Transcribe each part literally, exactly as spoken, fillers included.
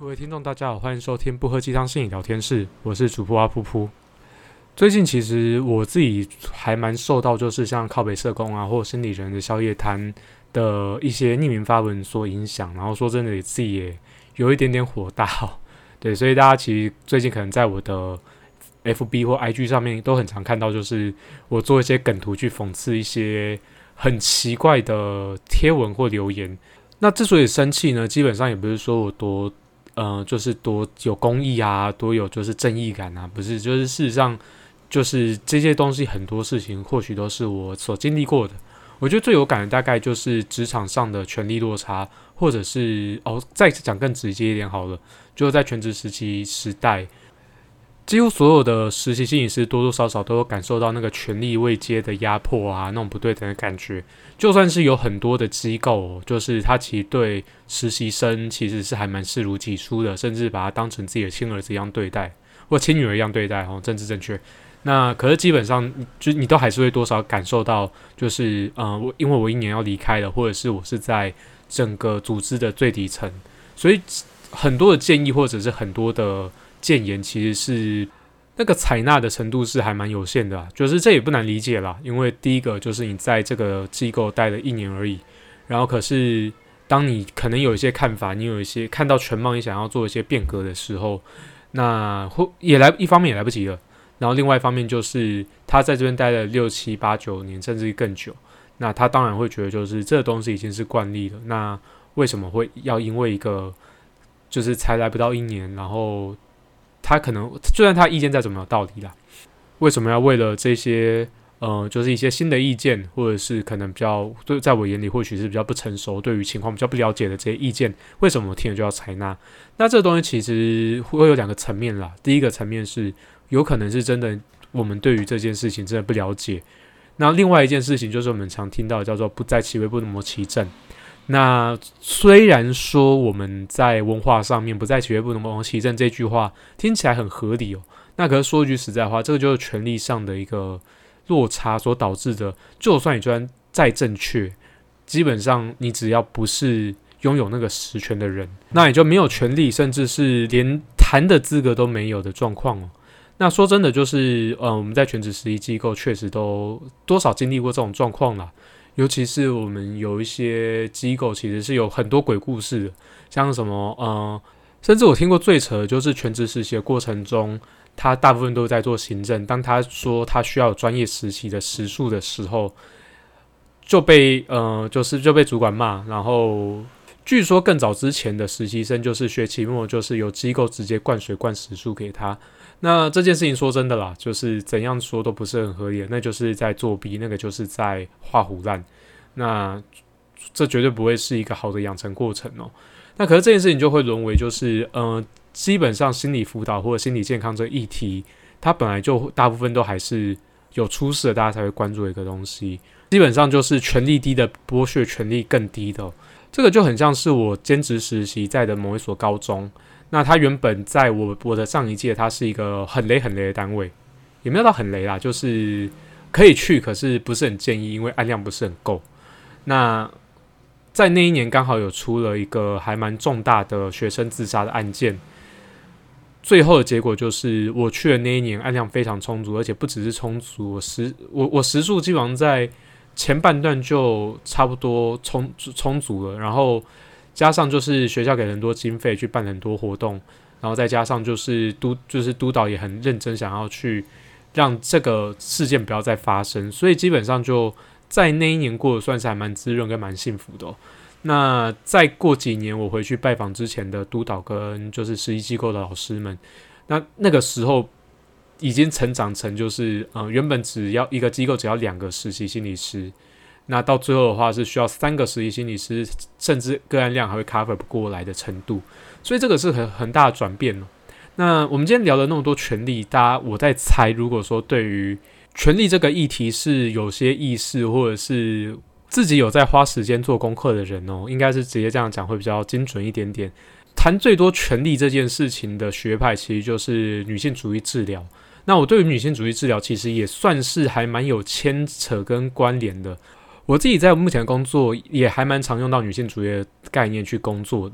各位听众，大家好，欢迎收听不喝鸡汤心理聊天室，我是主播阿噗噗。最近其实我自己还蛮受到，就是像靠北社工啊，或心理人的宵夜摊的一些匿名发文所影响，然后说真的，自己也有一点点火大哦。对，所以大家其实最近可能在我的 F B 或 I G 上面都很常看到，就是我做一些梗图去讽刺一些很奇怪的贴文或留言。那之所以生气呢，基本上也不是说我多呃，就是多有公义啊，多有就是正义感啊，不是，就是事实上就是这些东西很多事情或许都是我所经历过的。我觉得最有感的大概就是职场上的权力落差，或者是哦，再讲更直接一点好了，就是在全职实习时代，几乎所有的实习心理师多多少少都有感受到那个权力位阶的压迫啊，那种不对等的感觉。就算是有很多的机构、哦，就是他其实对实习生其实是还蛮视如己出的，甚至把他当成自己的亲儿子一样对待，或亲女儿一样对待，哦，政治正确。那可是基本上，就你都还是会多少感受到，就是呃，我因为我一年要离开了，或者是我是在整个组织的最底层，所以很多的建议或者是很多的建言，其实是那个采纳的程度是还蛮有限的啦，就是这也不难理解啦，因为第一个就是你在这个机构待了一年而已，然后可是当你可能有一些看法，你有一些看到全貌，你想要做一些变革的时候，那也来一方面也来不及了。然后另外一方面就是他在这边待了六七八九年，甚至更久。那他当然会觉得，就是这个东西已经是惯例了。那为什么会要因为一个就是才来不到一年，然后他可能就算他意见再怎么有道理啦，为什么要为了这些呃，就是一些新的意见，或者是可能比较对在我眼里或许是比较不成熟，对于情况比较不了解的这些意见，为什么我听了就要采纳？那这个东西其实会有两个层面啦。第一个层面是，有可能是真的我们对于这件事情真的不了解。那另外一件事情就是我们常听到的叫做不在其位不谋其政。那虽然说我们在文化上面不在其位不谋其政这句话听起来很合理哦，那可是说一句实在话，这个就是权力上的一个落差所导致的。就算你就算再正确，基本上你只要不是拥有那个实权的人，那你就没有权利，甚至是连谈的资格都没有的状况哦。那说真的，就是呃，我们在全职实习机构确实都多少经历过这种状况啦。尤其是我们有一些机构其实是有很多鬼故事的，像什么呃，甚至我听过最扯的就是全职实习的过程中，他大部分都在做行政，当他说他需要有专业实习的时数的时候，就被呃就是就被主管骂，然后据说更早之前的实习生就是学期末就是由机构直接灌水灌时数给他。那这件事情说真的啦，就是怎样说都不是很合理的，那就是在作弊，那个就是在画唬烂，那这绝对不会是一个好的养成过程哦。那可是这件事情就会沦为就是呃，基本上心理辅导或者心理健康这个议题，它本来就大部分都还是有出事的，大家才会关注的一个东西。基本上就是权力低的剥削权力更低的、哦，这个就很像是我兼职实习在的某一所高中。那他原本在我我的上一届，它是一个很雷很雷的单位，也没有到很雷啦，就是可以去，可是不是很建议，因为案量不是很够。那在那一年刚好有出了一个还蛮重大的学生自杀的案件，最后的结果就是我去的那一年案量非常充足，而且不只是充足，我时我我时数基本上在前半段就差不多充充足了，然后加上就是学校给很多经费去办很多活动，然后再加上就是督就是督导也很认真想要去让这个事件不要再发生，所以基本上就在那一年过得算是还蛮滋润跟蛮幸福的、哦。那再过几年我回去拜访之前的督导跟就是实习机构的老师们，那那个时候已经成长成就是呃原本只要一个机构只要两个实习心理师。那到最后的话是需要三个实习心理师，甚至个案量还会 cover 不过来的程度，所以这个是很很大的转变哦。那我们今天聊了那么多权力，大家我在猜，如果说对于权力这个议题是有些意识，或者是自己有在花时间做功课的人哦，应该是直接这样讲会比较精准一点点。谈最多权力这件事情的学派，其实就是女性主义治疗。那我对于女性主义治疗其实也算是还蛮有牵扯跟关联的。我自己在目前的工作也还蛮常用到女性主义的概念去工作的。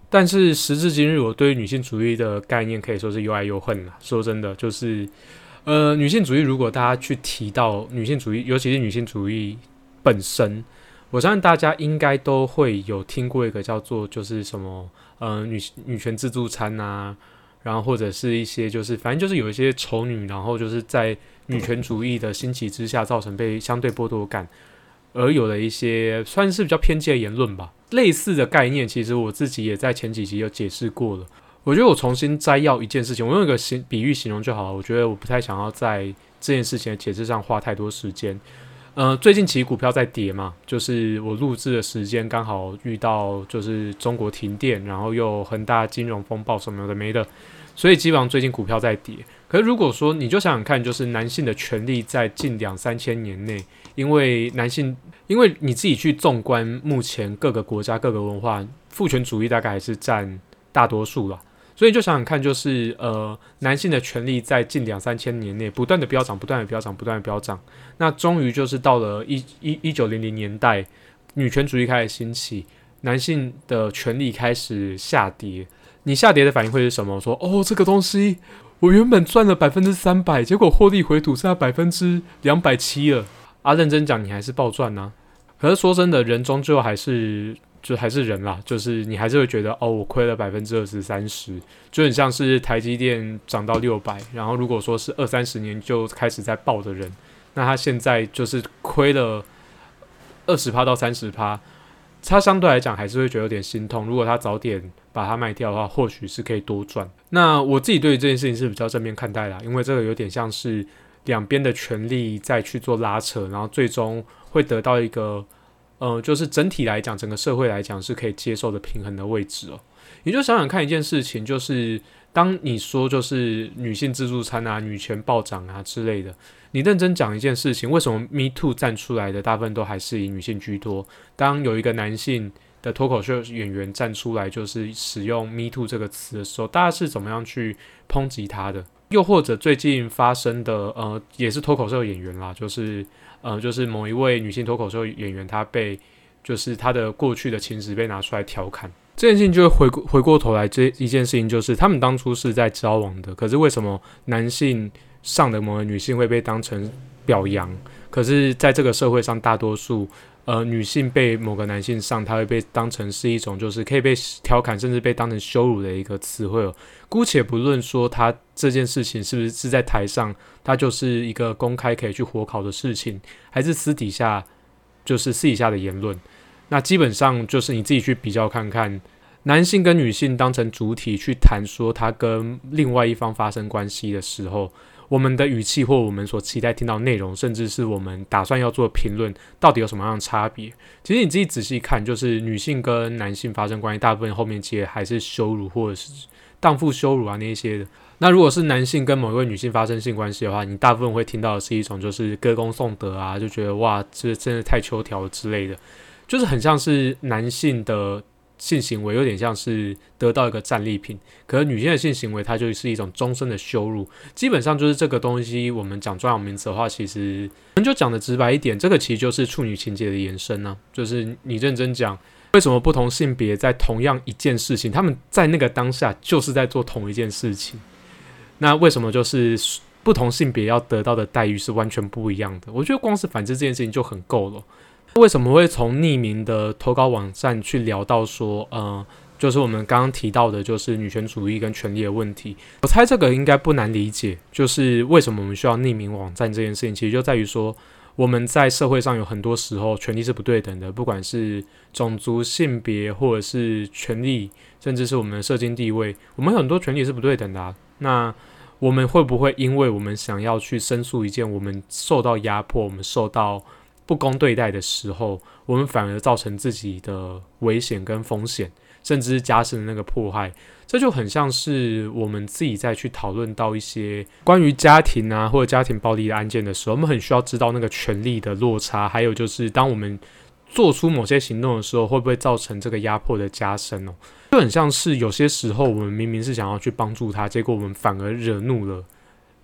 但是时至今日，我对女性主义的概念可以说是又爱又恨了。说真的，就是呃，女性主义如果大家去提到女性主义，尤其是女性主义本身，我相信大家应该都会有听过一个叫做就是什么呃女女权自助餐啊，然后或者是一些就是反正就是有一些丑女，然后就是在女权主义的兴起之下，造成被相对剥夺感。而有的一些算是比较偏激的言论吧，类似的概念，其实我自己也在前几集有解释过了。我觉得我重新摘要一件事情，我用一个形比喻形容就好了。我觉得我不太想要在这件事情的解释上花太多时间。呃，最近其实股票在跌嘛，就是我录制的时间刚好遇到就是中国停电，然后又恒大金融风暴什么的没的，所以基本上最近股票在跌。可是如果说你就想想看，就是男性的权利在近两三千年内，因为男性，因为你自己去纵观目前各个国家各个文化，父权主义大概还是占大多数啦。所以就想想看，就是呃，男性的权利在近两三千年内不断的飙涨，不断的飙涨，不断的飙涨。那终于就是到了一一一九零零年代，女权主义开始兴起，男性的权利开始下跌。你下跌的反应会是什么？说哦，这个东西我原本赚了百分之三百，结果获利回吐剩下百分之两百七了。啊，认真讲，你还是暴赚呐、啊。可是说真的，人终究还是就还是人啦，就是你还是会觉得哦，我亏了百分之二十三十，就很像是台积电涨到六百，然后如果说是二三十年就开始在爆的人，那他现在就是亏了二十趴到三十趴，他相对来讲还是会觉得有点心痛。如果他早点把它卖掉的话，或许是可以多赚。那我自己对于这件事情是比较正面看待啦，因为这个有点像是两边的权利再去做拉扯，然后最终会得到一个呃，就是整体来讲，整个社会来讲是可以接受的平衡的位置哦。你就想想看一件事情，就是当你说就是女性自助餐啊、女权暴涨啊之类的，你认真讲一件事情，为什么 Me Too 站出来的大部分都还是以女性居多？当有一个男性的脱口秀演员站出来，就是使用 Me Too 这个词的时候，大家是怎么样去抨击他的？又或者最近发生的，呃，也是脱口秀演员啦，就是呃，就是某一位女性脱口秀演员，她被就是她的过去的情史被拿出来调侃，这件事情就会回回过头来，这一件事情就是他们当初是在交往的，可是为什么男性上的某个女性会被当成表扬？可是在这个社会上，大多数呃女性被某个男性上，她会被当成是一种就是可以被调侃，甚至被当成羞辱的一个词汇哦。姑且不论说他这件事情是不是是在台上，他就是一个公开可以去火烤的事情，还是私底下就是私底下的言论。那基本上就是你自己去比较看看，男性跟女性当成主体去谈说他跟另外一方发生关系的时候，我们的语气或我们所期待听到内容，甚至是我们打算要做的评论，到底有什么样的差别？其实你自己仔细看，就是女性跟男性发生关系，大部分后面其实还是羞辱或者是荡妇羞辱啊那一些的。那如果是男性跟某一位女性发生性关系的话，你大部分会听到的是一种就是歌功颂德啊，就觉得哇，这真的太秋条了之类的，就是很像是男性的性行为有点像是得到一个战利品，可是女性的性行为它就是一种终身的羞辱。基本上就是这个东西，我们讲专有名词的话，其实我们就讲的直白一点，这个其实就是处女情节的延伸啊。就是你认真讲，为什么不同性别在同样一件事情，他们在那个当下就是在做同一件事情，那为什么就是不同性别要得到的待遇是完全不一样的？我觉得光是反制这件事情就很够了。为什么会从匿名的投稿网站去聊到说，呃，就是我们刚刚提到的，就是女权主义跟权利的问题？我猜这个应该不难理解，就是为什么我们需要匿名网站这件事情，其实就在于说，我们在社会上有很多时候权利是不对等的，不管是种族、性别，或者是权利，甚至是我们的社经地位，我们很多权利是不对等的啊。那我们会不会因为我们想要去申诉一件我们受到压迫、我们受到不公对待的时候，我们反而造成自己的危险跟风险，甚至是加深那个迫害？这就很像是我们自己在去讨论到一些关于家庭啊或者家庭暴力的案件的时候，我们很需要知道那个权力的落差，还有就是当我们做出某些行动的时候，会不会造成这个压迫的加深哦？就很像是有些时候我们明明是想要去帮助他，结果我们反而惹怒了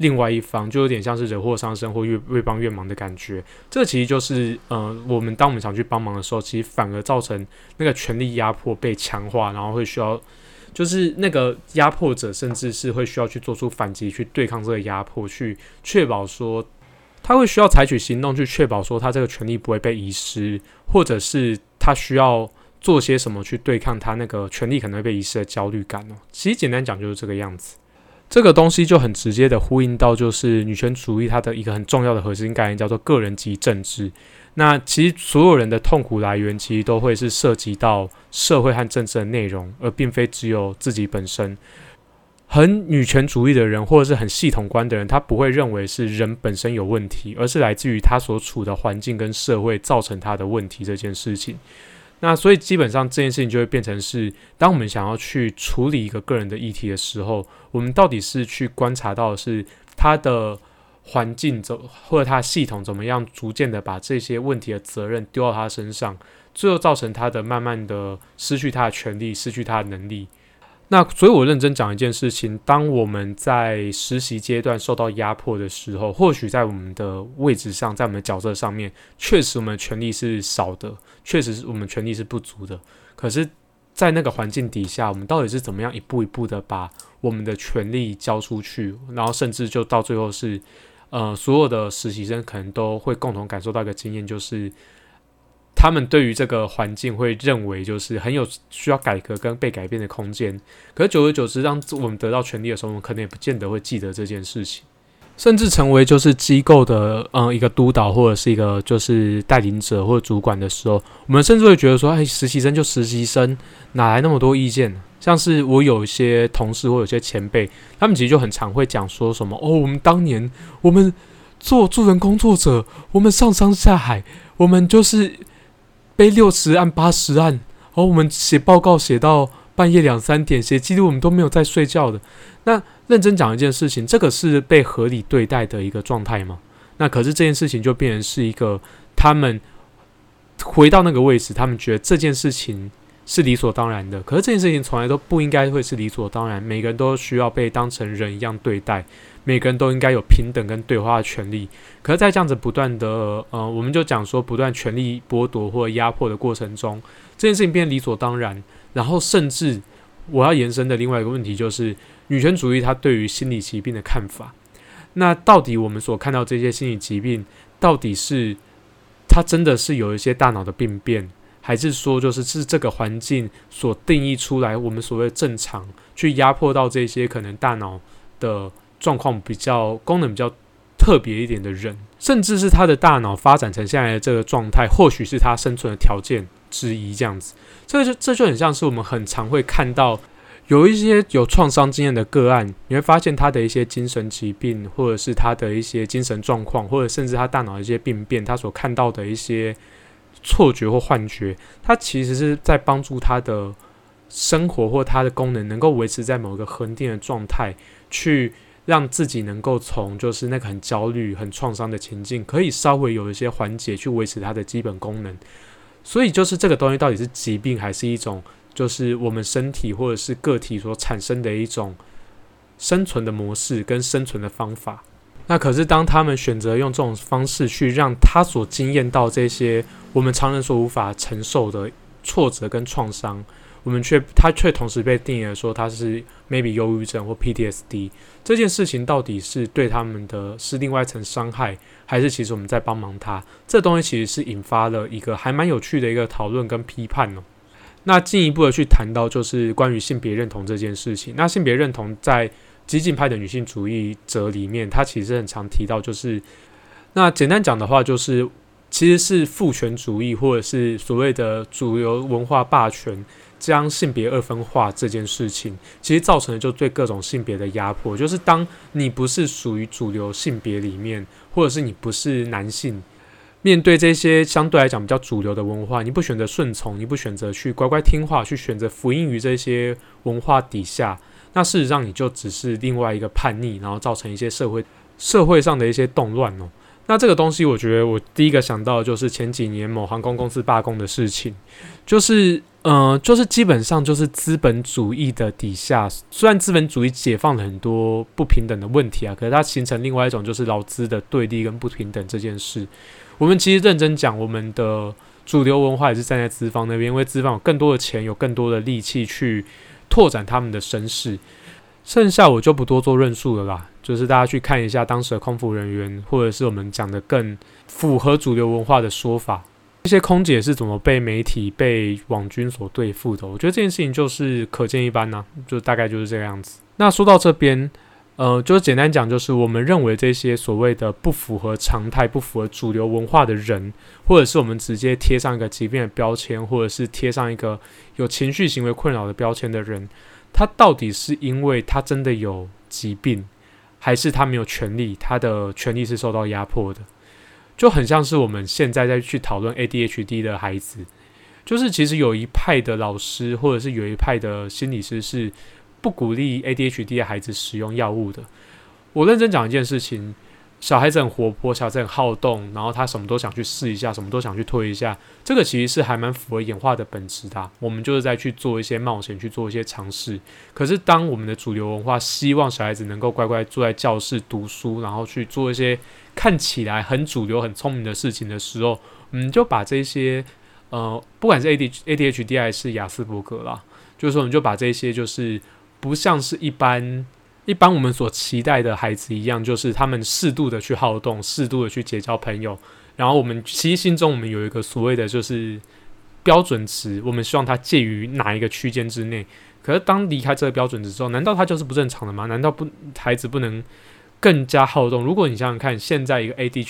另外一方，就有点像是惹祸上身或越越帮越忙的感觉。这其实就是呃，我们当我们想去帮忙的时候，其实反而造成那个权力压迫被强化，然后会需要。就是那个压迫者，甚至是会需要去做出反击，去对抗这个压迫，去确保说他会需要采取行动，去确保说他这个权利不会被遗失，或者是他需要做些什么去对抗他那个权利可能会被遗失的焦虑感哦。其实简单讲就是这个样子。这个东西就很直接的呼应到，就是女权主义它的一个很重要的核心概念，叫做个人及政治。那其实所有人的痛苦来源，其实都会是涉及到社会和政治的内容，而并非只有自己本身。很女权主义的人，或者是很系统观的人，他不会认为是人本身有问题，而是来自于他所处的环境跟社会造成他的问题这件事情。那所以基本上这件事情就会变成是，当我们想要去处理一个个人的议题的时候，我们到底是去观察到的是他的环境或者他的系统怎么样逐渐的把这些问题的责任丢到他身上，最后造成他的慢慢的失去他的权利，失去他的能力。那所以我认真讲一件事情，当我们在实习阶段受到压迫的时候，或许在我们的位置上，在我们的角色上面，确实我们的权利是少的，确实我们权利是不足的。可是在那个环境底下，我们到底是怎么样一步一步的把我们的权利交出去，然后甚至就到最后是呃，所有的实习生可能都会共同感受到一个经验，就是他们对于这个环境会认为就是很有需要改革跟被改变的空间，可是久而久之，当我们得到权利的时候，我们可能也不见得会记得这件事情，甚至成为就是机构的呃一个督导或者是一个就是带领者或者主管的时候，我们甚至会觉得说，哎，实习生就实习生，哪来那么多意见？像是我有一些同事或有些前辈，他们其实就很常会讲说什么哦，我们当年我们做助人工作者，我们上山下海，我们就是背六十案八十案，然后我们写报告写到半夜两三点，写记录我们都没有在睡觉的。那认真讲一件事情，这个是被合理对待的一个状态吗？那可是这件事情就变成是一个他们回到那个位置，他们觉得这件事情是理所当然的，可是这件事情从来都不应该会是理所当然，每个人都需要被当成人一样对待，每个人都应该有平等跟对话的权利。可是在这样子不断的呃，我们就讲说不断权力剥夺或压迫的过程中，这件事情变理所当然，然后甚至我要延伸的另外一个问题就是女权主义它对于心理疾病的看法。那到底我们所看到这些心理疾病，到底是它真的是有一些大脑的病变，还是说就是是这个环境所定义出来我们所谓的正常，去压迫到这些可能大脑的状况比较功能比较特别一点的人，甚至是他的大脑发展成现在的这个状态，或许是他生存的条件之一这样子。这就这就很像是我们很常会看到有一些有创伤经验的个案，你会发现他的一些精神疾病，或者是他的一些精神状况，或者甚至他大脑的一些病变，他所看到的一些错觉或幻觉，它其实是在帮助他的生活或他的功能能够维持在某个恒定的状态，去让自己能够从就是那个很焦虑很创伤的情境可以稍微有一些缓解，去维持它的基本功能。所以就是这个东西到底是疾病还是一种就是我们身体或者是个体所产生的一种生存的模式跟生存的方法。那可是当他们选择用这种方式去让他所经验到这些我们常人所无法承受的挫折跟创伤，我们却他却同时被定义了说他是 maybe 忧郁症或 P T S D， 这件事情到底是对他们的是另外一层伤害，还是其实我们在帮忙他？这东西其实是引发了一个还蛮有趣的一个讨论跟批判哦。那进一步的去谈到就是关于性别认同这件事情。那性别认同在激进派的女性主义者里面，他其实很常提到，就是那简单讲的话，就是其实是父权主义或者是所谓的主流文化霸权将性别二分化这件事情，其实造成的就对各种性别的压迫。就是当你不是属于主流性别里面，或者是你不是男性，面对这些相对来讲比较主流的文化，你不选择顺从，你不选择去乖乖听话，去选择服膺于这些文化底下，那事实上你就只是另外一个叛逆，然后造成一些社会社会上的一些动乱哦。那这个东西我觉得我第一个想到的就是前几年某航空公司罢工的事情，就是呃，就是基本上就是资本主义的底下，虽然资本主义解放了很多不平等的问题啊，可是它形成另外一种就是劳资的对立跟不平等这件事。我们其实认真讲，我们的主流文化也是站在资方那边，因为资方有更多的钱，有更多的力气去拓展他们的声势。剩下我就不多做论述了啦，就是大家去看一下当时的空服人员，或者是我们讲的更符合主流文化的说法。这些空姐是怎么被媒体、被网军所对付的？我觉得这件事情就是可见一斑呐、啊，就大概就是这个样子。那说到这边，呃，就是简单讲，就是我们认为这些所谓的不符合常态、不符合主流文化的人，或者是我们直接贴上一个疾病的标签，或者是贴上一个有情绪行为困扰的标签的人，他到底是因为他真的有疾病，还是他没有权利，他的权利是受到压迫的？就很像是我们现在在去讨论 A D H D 的孩子，就是其实有一派的老师或者是有一派的心理师是不鼓励 A D H D 的孩子使用药物的。我认真讲一件事情，小孩子很活泼，小孩子很好动，然后他什么都想去试一下，什么都想去推一下，这个其实是还蛮符合演化的本质的、啊。我们就是在去做一些冒险，去做一些尝试。可是当我们的主流文化希望小孩子能够乖乖坐在教室读书，然后去做一些看起来很主流、很聪明的事情的时候，我们就把这些呃，不管是 A D H D 还是亚斯伯格啦，就是说我们就把这些就是不像是一般。一般我们所期待的孩子一样，就是他们适度的去好动，适度的去结交朋友，然后我们其实心中我们有一个所谓的就是标准值，我们希望他介于哪一个区间之内。可是当离开这个标准值之后，难道他就是不正常的吗？难道不孩子不能更加好动？如果你想想看，现在一个 A D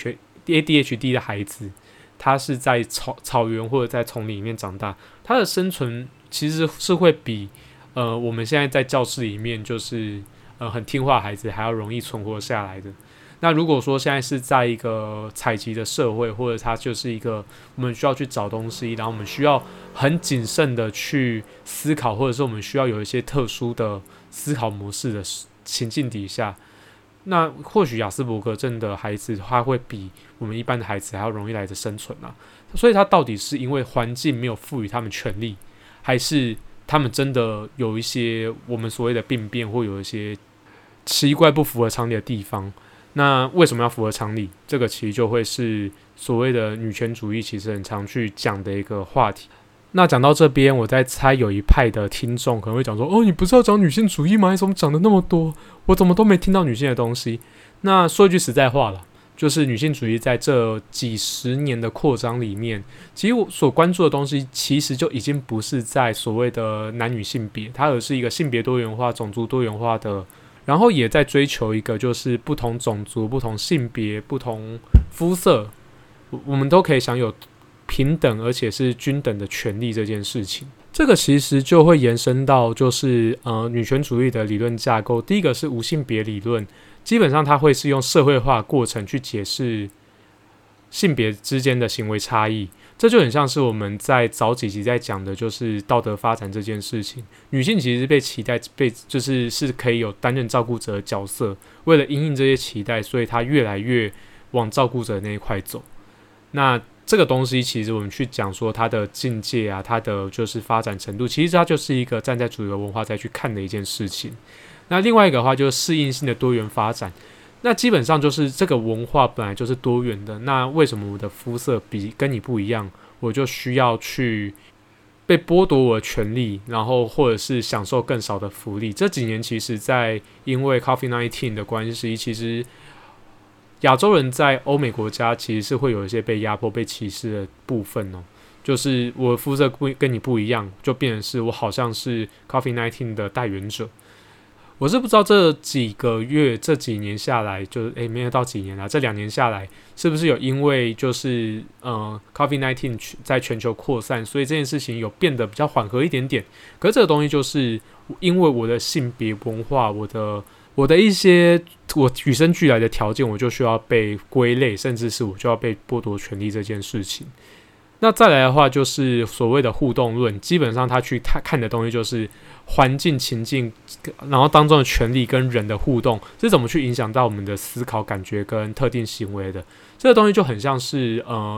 H D 的孩子，他是在 草, 草原或者在丛林里面长大，他的生存其实是会比呃我们现在在教室里面就是呃很听话的孩子还要容易存活下来的。那如果说现在是在一个采集的社会，或者它就是一个我们需要去找东西，然后我们需要很谨慎的去思考，或者是我们需要有一些特殊的思考模式的情境底下，那或许亚斯伯格症的孩子他会比我们一般的孩子还要容易来的生存啊。所以他到底是因为环境没有赋予他们权利，还是他们真的有一些我们所谓的病变，或有一些奇怪不符合常理的地方？那为什么要符合常理？这个其实就会是所谓的女权主义其实很常去讲的一个话题。那讲到这边，我在猜有一派的听众可能会讲说，哦，你不是要讲女性主义吗？你怎么讲的那么多？我怎么都没听到女性的东西？那说一句实在话了，就是女性主义在这几十年的扩张里面，其实我所关注的东西其实就已经不是在所谓的男女性别，它而是一个性别多元化、种族多元化的，然后也在追求一个就是不同种族、不同性别、不同肤色，我们都可以享有平等而且是均等的权利这件事情。这个其实就会延伸到就是呃女权主义的理论架构。第一个是无性别理论，基本上它会是用社会化的过程去解释性别之间的行为差异。这就很像是我们在早几集在讲的就是道德发展这件事情。女性其实被期待被就是是可以有担任照顾者的角色，为了因应这些期待，所以她越来越往照顾者的那一块走。那这个东西其实我们去讲说它的境界啊，它的就是发展程度，其实它就是一个站在主流文化再去看的一件事情。那另外一个的话就是适应性的多元发展，那基本上就是这个文化本来就是多元的，那为什么我的肤色比跟你不一样，我就需要去被剥夺我的权利，然后或者是享受更少的福利？这几年其实在因为 COVID 十九 的关系，其实亚洲人在欧美国家其实是会有一些被压迫、被歧视的部分哦。就是我的肤色跟你不一样，就变成是我好像是 COVID 十九 的代言者。我是不知道这几个月、这几年下来，就是诶没有到几年啦，这两年下来，是不是有因为就是呃 COVID 十九 在全球扩散，所以这件事情有变得比较缓和一点点？可是这个东西就是因为我的性别文化，我的我的一些我与生俱来的条件，我就需要被归类，甚至是我就要被剥夺权利这件事情。那再来的话，就是所谓的互动论，基本上他去看的东西就是环境情境，然后当中的权利跟人的互动是怎么去影响到我们的思考、感觉跟特定行为的。这个东西就很像是呃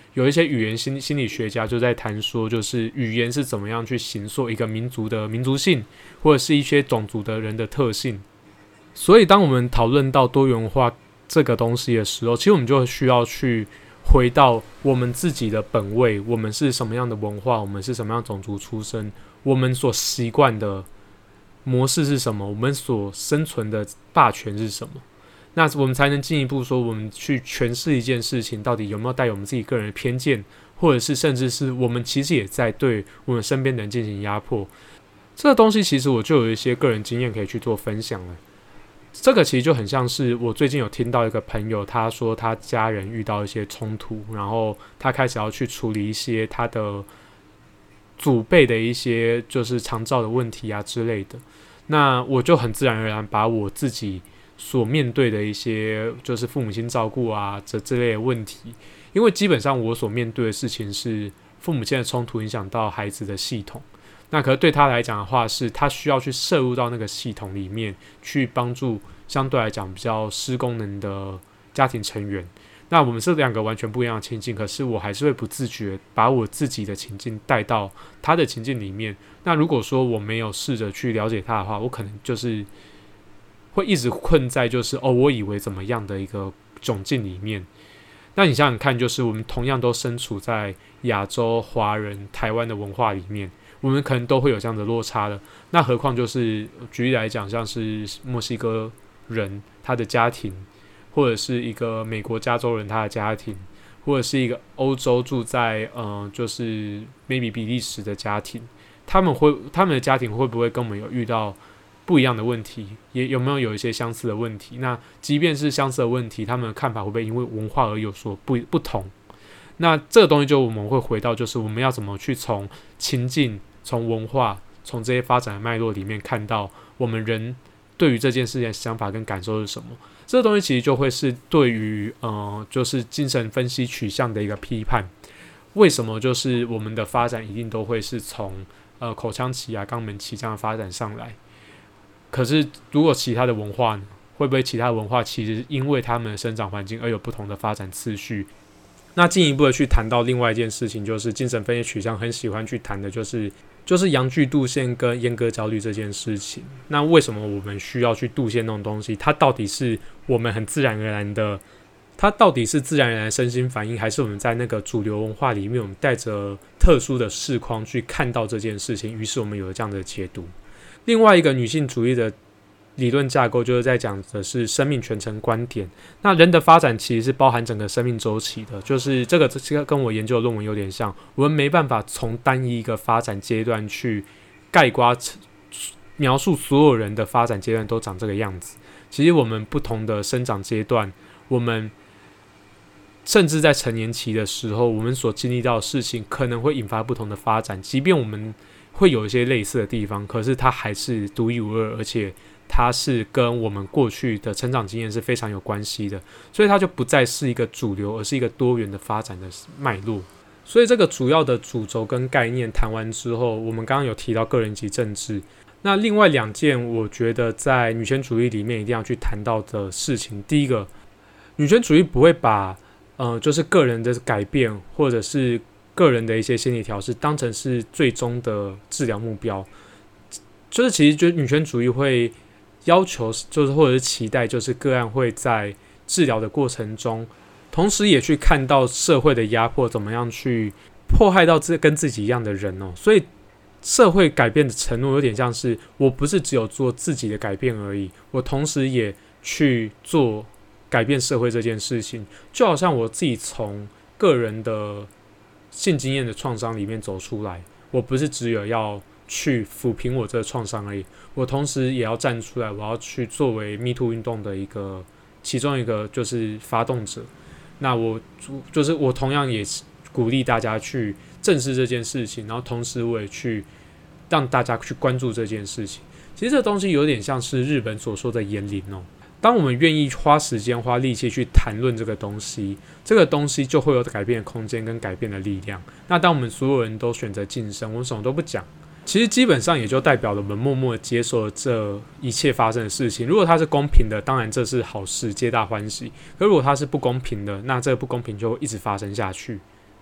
有一些语言心心理学家就在谈说，就是语言是怎么样去形塑一个民族的民族性，或者是一些种族的人的特性。所以当我们讨论到多元文化这个东西的时候，其实我们就需要去回到我们自己的本位，我们是什么样的文化，我们是什么样的种族出身，我们所习惯的模式是什么，我们所生存的霸权是什么，那我们才能进一步说，我们去诠释一件事情到底有没有带有我们自己个人的偏见，或者是甚至是我们其实也在对我们身边的人进行压迫。这个东西其实我就有一些个人经验可以去做分享了。这个其实就很像是我最近有听到一个朋友，他说他家人遇到一些冲突，然后他开始要去处理一些他的祖辈的一些就是长照的问题啊之类的。那我就很自然而然把我自己所面对的一些就是父母亲照顾啊这之类的问题，因为基本上我所面对的事情是父母亲的冲突影响到孩子的系统。那可是对他来讲的话，是他需要去摄入到那个系统里面，去帮助相对来讲比较失功能的家庭成员。那我们是两个完全不一样的情境，可是我还是会不自觉把我自己的情境带到他的情境里面。那如果说我没有试着去了解他的话，我可能就是会一直困在就是哦，我以为怎么样的一个窘境里面。那你想想看，就是我们同样都身处在亚洲华人台湾的文化里面，我们可能都会有这样的落差的。那何况就是举例来讲，像是墨西哥人他的家庭，或者是一个美国加州人他的家庭，或者是一个欧洲住在呃就是 maybe 比利时的家庭，他们会他们的家庭会不会跟我们有遇到不一样的问题，也有没有有一些相似的问题？那即便是相似的问题，他们的看法会不会因为文化而有所 不, 不同？那这个东西就我们会回到，就是我们要怎么去从情境、从文化、从这些发展的脉络里面看到我们人对于这件事情的想法跟感受是什么？这个东西其实就会是对于呃，就是精神分析取向的一个批判。为什么就是我们的发展一定都会是从呃口腔期啊、肛门期这样的发展上来？可是如果其他的文化呢，会不会其他的文化其实因为他们的生长环境而有不同的发展次序？那进一步的去谈到另外一件事情，就是精神分析取向很喜欢去谈的就是就是阳具杜线跟阉割焦虑这件事情。那为什么我们需要去杜线那种东西？它到底是我们很自然而然的，它到底是自然而然的身心反应，还是我们在那个主流文化里面，我们带着特殊的视框去看到这件事情，于是我们有了这样的解读。另外一个女性主义的理论架构就是在讲的是生命全程观点。那人的发展其实是包含整个生命周期的，就是这个这个跟我研究的论文有点像，我们没办法从单一一个发展阶段去概括描述所有人的发展阶段都长这个样子。其实我们不同的生长阶段，我们甚至在成年期的时候，我们所经历到的事情可能会引发不同的发展，即便我们会有一些类似的地方，可是它还是独一无二，而且它是跟我们过去的成长经验是非常有关系的，所以它就不再是一个主流，而是一个多元的发展的脉络。所以这个主要的主轴跟概念谈完之后，我们刚刚有提到个人及政治，那另外两件我觉得在女权主义里面一定要去谈到的事情，第一个，女权主义不会把呃就是个人的改变或者是个人的一些心理调试当成是最终的治疗目标，就是其实就女权主义会要求，就是或者是期待，就是个案会在治疗的过程中，同时也去看到社会的压迫怎么样去迫害到跟自己一样的人哦。所以社会改变的承诺有点像是，我不是只有做自己的改变而已，我同时也去做改变社会这件事情。就好像我自己从个人的性经验的创伤里面走出来，我不是只有要去抚平我这个创伤而已，我同时也要站出来，我要去作为 Me Too 运动的一个其中一个就是发动者。那我就是我同样也鼓励大家去正视这件事情，然后同时我也去让大家去关注这件事情。其实这东西有点像是日本所说的言灵哦。当我们愿意花时间花力气去谈论这个东西，这个东西就会有改变的空间跟改变的力量。那当我们所有人都选择晋升，我们什么都不讲，其实基本上也就代表了我们默默地接受了这一切发生的事情。如果它是公平的，当然这是好事，皆大欢喜。可如果它是不公平的，那这个不公平就会一直发生下去，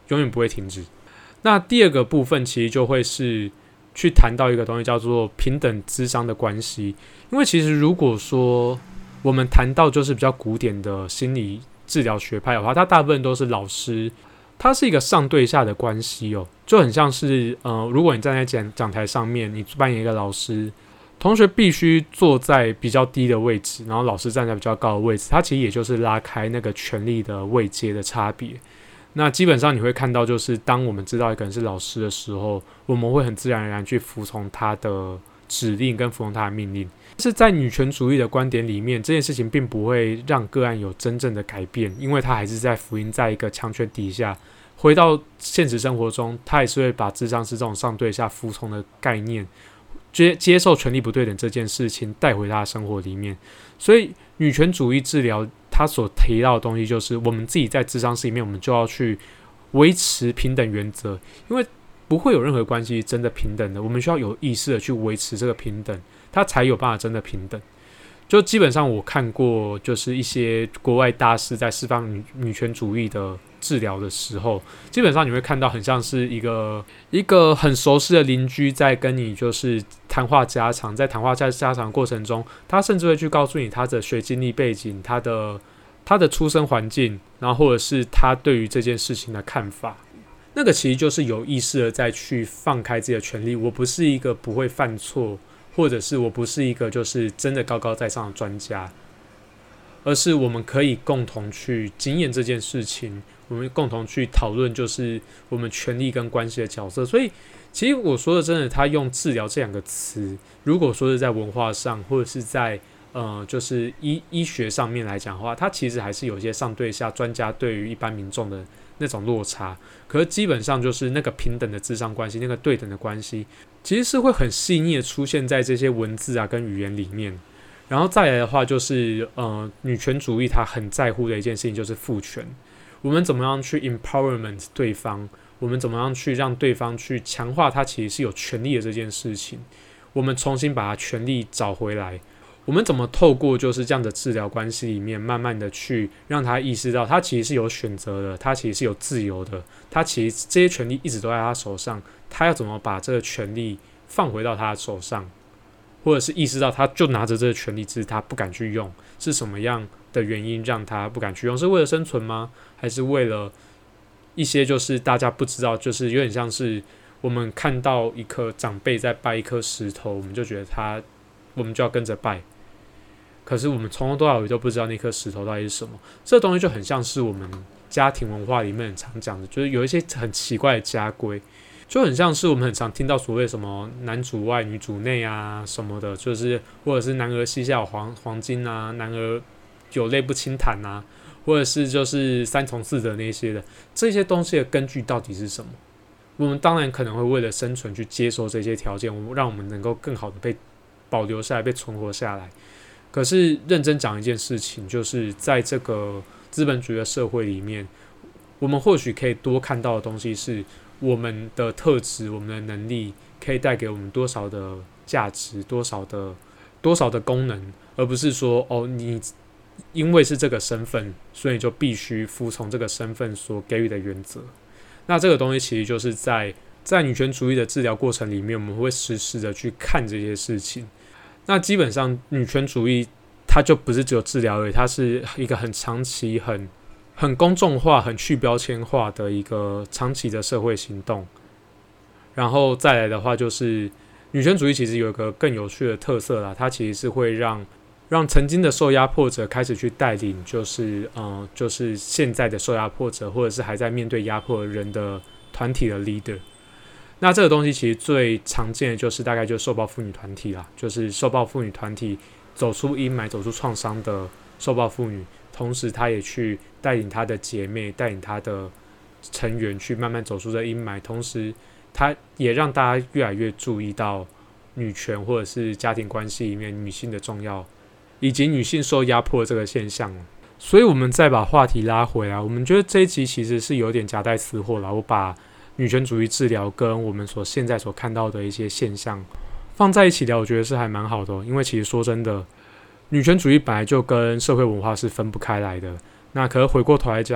永远不会停止。那第二个部分其实就会是去谈到一个东西叫做平等諮商的关系，因为其实如果说我们谈到就是比较古典的心理治疗学派的话，它大部分都是老师，它是一个上对下的关系哦，就很像是呃，如果你站在讲讲台上面，你扮演一个老师，同学必须坐在比较低的位置，然后老师站在比较高的位置，它其实也就是拉开那个权力的位阶的差别。那基本上你会看到，就是当我们知道一个人是老师的时候，我们会很自然而然去服从他的指令跟服从他的命令。但是在女权主义的观点里面，这件事情并不会让个案有真正的改变，因为他还是在福音在一个强权底下。回到现实生活中，他也是会把諮商师这种上对下服从的概念，接接受权力不对等这件事情带回他的生活里面。所以女权主义治疗他所提到的东西，就是我们自己在諮商室里面，我们就要去维持平等原则，因为不会有任何关系真的平等的，我们需要有意识的去维持这个平等，它才有办法真的平等。就基本上我看过，就是一些国外大师在释放 女, 女权主义的治疗的时候，基本上你会看到很像是一个一个很熟悉的邻居在跟你就是谈话家常，在谈话家常的过程中，他甚至会去告诉你他的学经历背景，他的他的出生环境，然后或者是他对于这件事情的看法。那个其实就是有意识的再去放开自己的权利，我不是一个不会犯错，或者是我不是一个就是真的高高在上的专家，而是我们可以共同去经验这件事情，我们共同去讨论就是我们权力跟关系的角色。所以其实我说的真的，他用治疗这两个词，如果说是在文化上或者是在呃就是 医, 医学上面来讲的话，它其实还是有一些上对下专家对于一般民众的那种落差，可是基本上就是那个平等的諮商关系，那个对等的关系，其实是会很细腻的出现在这些文字啊跟语言里面。然后再来的话，就是呃女权主义它很在乎的一件事情就是父权，我们怎么样去 empowerment 对方，我们怎么样去让对方去强化他其实是有权利的这件事情，我们重新把他权利找回来。我们怎么透过就是这样的治疗关系里面，慢慢的去让他意识到，他其实是有选择的，他其实是有自由的，他其实这些权利一直都在他手上，他要怎么把这个权利放回到他的手上，或者是意识到他就拿着这个权利，只是他不敢去用，是什么样的原因让他不敢去用？是为了生存吗？还是为了一些就是大家不知道，就是有点像是我们看到一颗长辈在拜一颗石头，我们就觉得他，我们就要跟着拜。可是我们从头到尾都不知道那颗石头到底是什么，这个东西就很像是我们家庭文化里面很常讲的，就是有一些很奇怪的家规，就很像是我们很常听到所谓什么男主外女主内啊什么的，就是或者是男儿膝下有 黄, 黄金啊，男儿有泪不轻弹啊，或者是就是三从四德那些的，这些东西的根据到底是什么？我们当然可能会为了生存去接受这些条件，让我们能够更好的被保留下来，被存活下来。可是认真讲一件事情，就是在这个资本主义的社会里面，我们或许可以多看到的东西是我们的特质，我们的能力可以带给我们多少的价值，多少的多少的功能，而不是说哦，你因为是这个身份，所以就必须服从这个身份所给予的原则。那这个东西其实就是在在女权主义的治疗过程里面，我们会时时的去看这些事情。那基本上女权主义它就不是只有治疗而已，它是一个很长期很很公众化很去标签化的一个长期的社会行动。然后再来的话，就是女权主义其实有一个更有趣的特色啦，它其实是会让让曾经的受压迫者开始去带领，就是呃就是现在的受压迫者或者是还在面对压迫的人的团体的 leader。那这个东西其实最常见的就是大概就是受暴妇女团体啦，就是受暴妇女团体走出阴霾走出创伤的受暴妇女，同时她也去带领她的姐妹带领她的成员去慢慢走出这阴霾，同时她也让大家越来越注意到女权或者是家庭关系里面女性的重要，以及女性受压迫的这个现象。所以我们再把话题拉回来，我们觉得这一集其实是有点夹带私货啦，我把女权主义治疗跟我们所现在所看到的一些现象放在一起聊，我觉得是还蛮好的哦。因为其实说真的，女权主义本来就跟社会文化是分不开来的。那可是回过头来讲，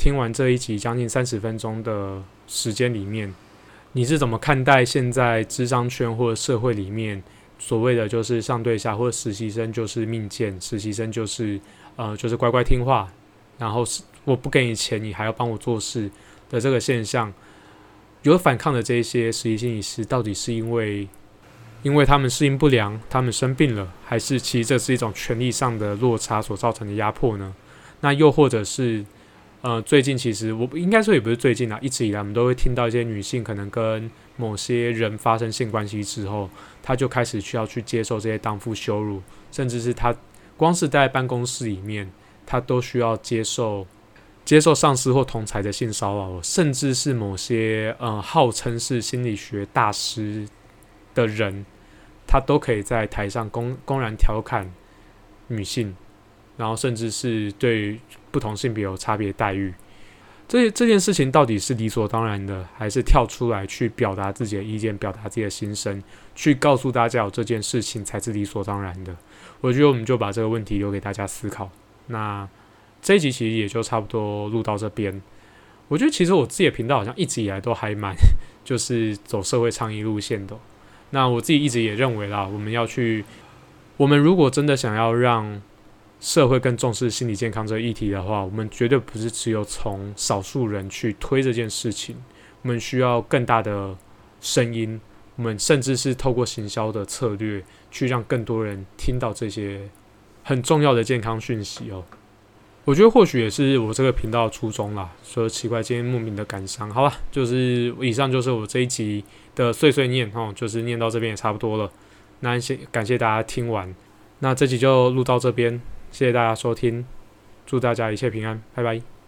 听完这一集将近三十分钟的时间里面，你是怎么看待现在諮商圈或者社会里面所谓的就是上对下，或者实习生就是命贱，实习生就是呃就是乖乖听话，然后我不给你钱，你还要帮我做事的这个现象？有反抗的这一些实习心理师，到底是因为因为他们适应不良，他们生病了，还是其实这是一种权力上的落差所造成的压迫呢？那又或者是呃，最近其实我应该说也不是最近啦，一直以来我们都会听到一些女性可能跟某些人发生性关系之后，她就开始需要去接受这些荡妇羞辱，甚至是她光是在办公室里面，她都需要接受接受上司或同才的性骚扰，甚至是某些呃号称是心理学大师的人，他都可以在台上公公然调侃女性，然后甚至是对不同性别有差别待遇。这这件事情到底是理所当然的，还是跳出来去表达自己的意见，表达自己的心声，去告诉大家有这件事情才是理所当然的？我觉得我们就把这个问题留给大家思考。那这一集其实也就差不多录到这边。我觉得其实我自己的频道好像一直以来都还蛮就是走社会倡议路线的。那我自己一直也认为啦，我们要去，我们如果真的想要让社会更重视心理健康这个议题的话，我们绝对不是只有从少数人去推这件事情，我们需要更大的声音，我们甚至是透过行销的策略，去让更多人听到这些很重要的健康讯息哦。我觉得或许也是我这个频道的初衷啦，说奇怪今天莫名的感伤。好吧，就是以上就是我这一集的碎碎念哦，就是念到这边也差不多了。那感谢大家听完，那这集就录到这边，谢谢大家收听，祝大家一切平安，拜拜。